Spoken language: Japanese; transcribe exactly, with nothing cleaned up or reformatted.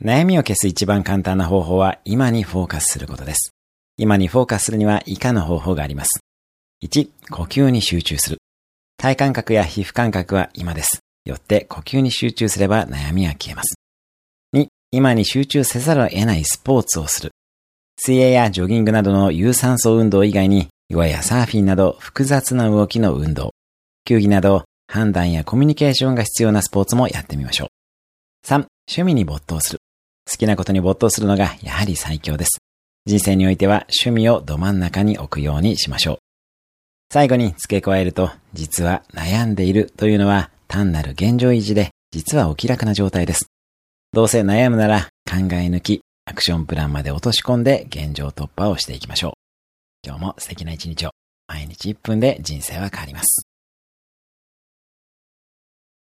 悩みを消す一番簡単な方法は今にフォーカスすることです。今にフォーカスするには以下の方法があります。いち、呼吸に集中する。体感覚や皮膚感覚は今です。よって呼吸に集中すれば悩みは消えます。に、今に集中せざるを得ないスポーツをする。水泳やジョギングなどの有酸素運動以外に、ヨガやサーフィンなど複雑な動きの運動、球技など判断やコミュニケーションが必要なスポーツもやってみましょう。さん、趣味に没頭する。好きなことに没頭するのがやはり最強です。人生においては趣味をど真ん中に置くようにしましょう。最後に付け加えると、実は悩んでいるというのは単なる現状維持で、実はお気楽な状態です。どうせ悩むなら考え抜き、アクションプランまで落とし込んで現状突破をしていきましょう。今日も素敵な一日を。毎日いっぷんで人生は変わります。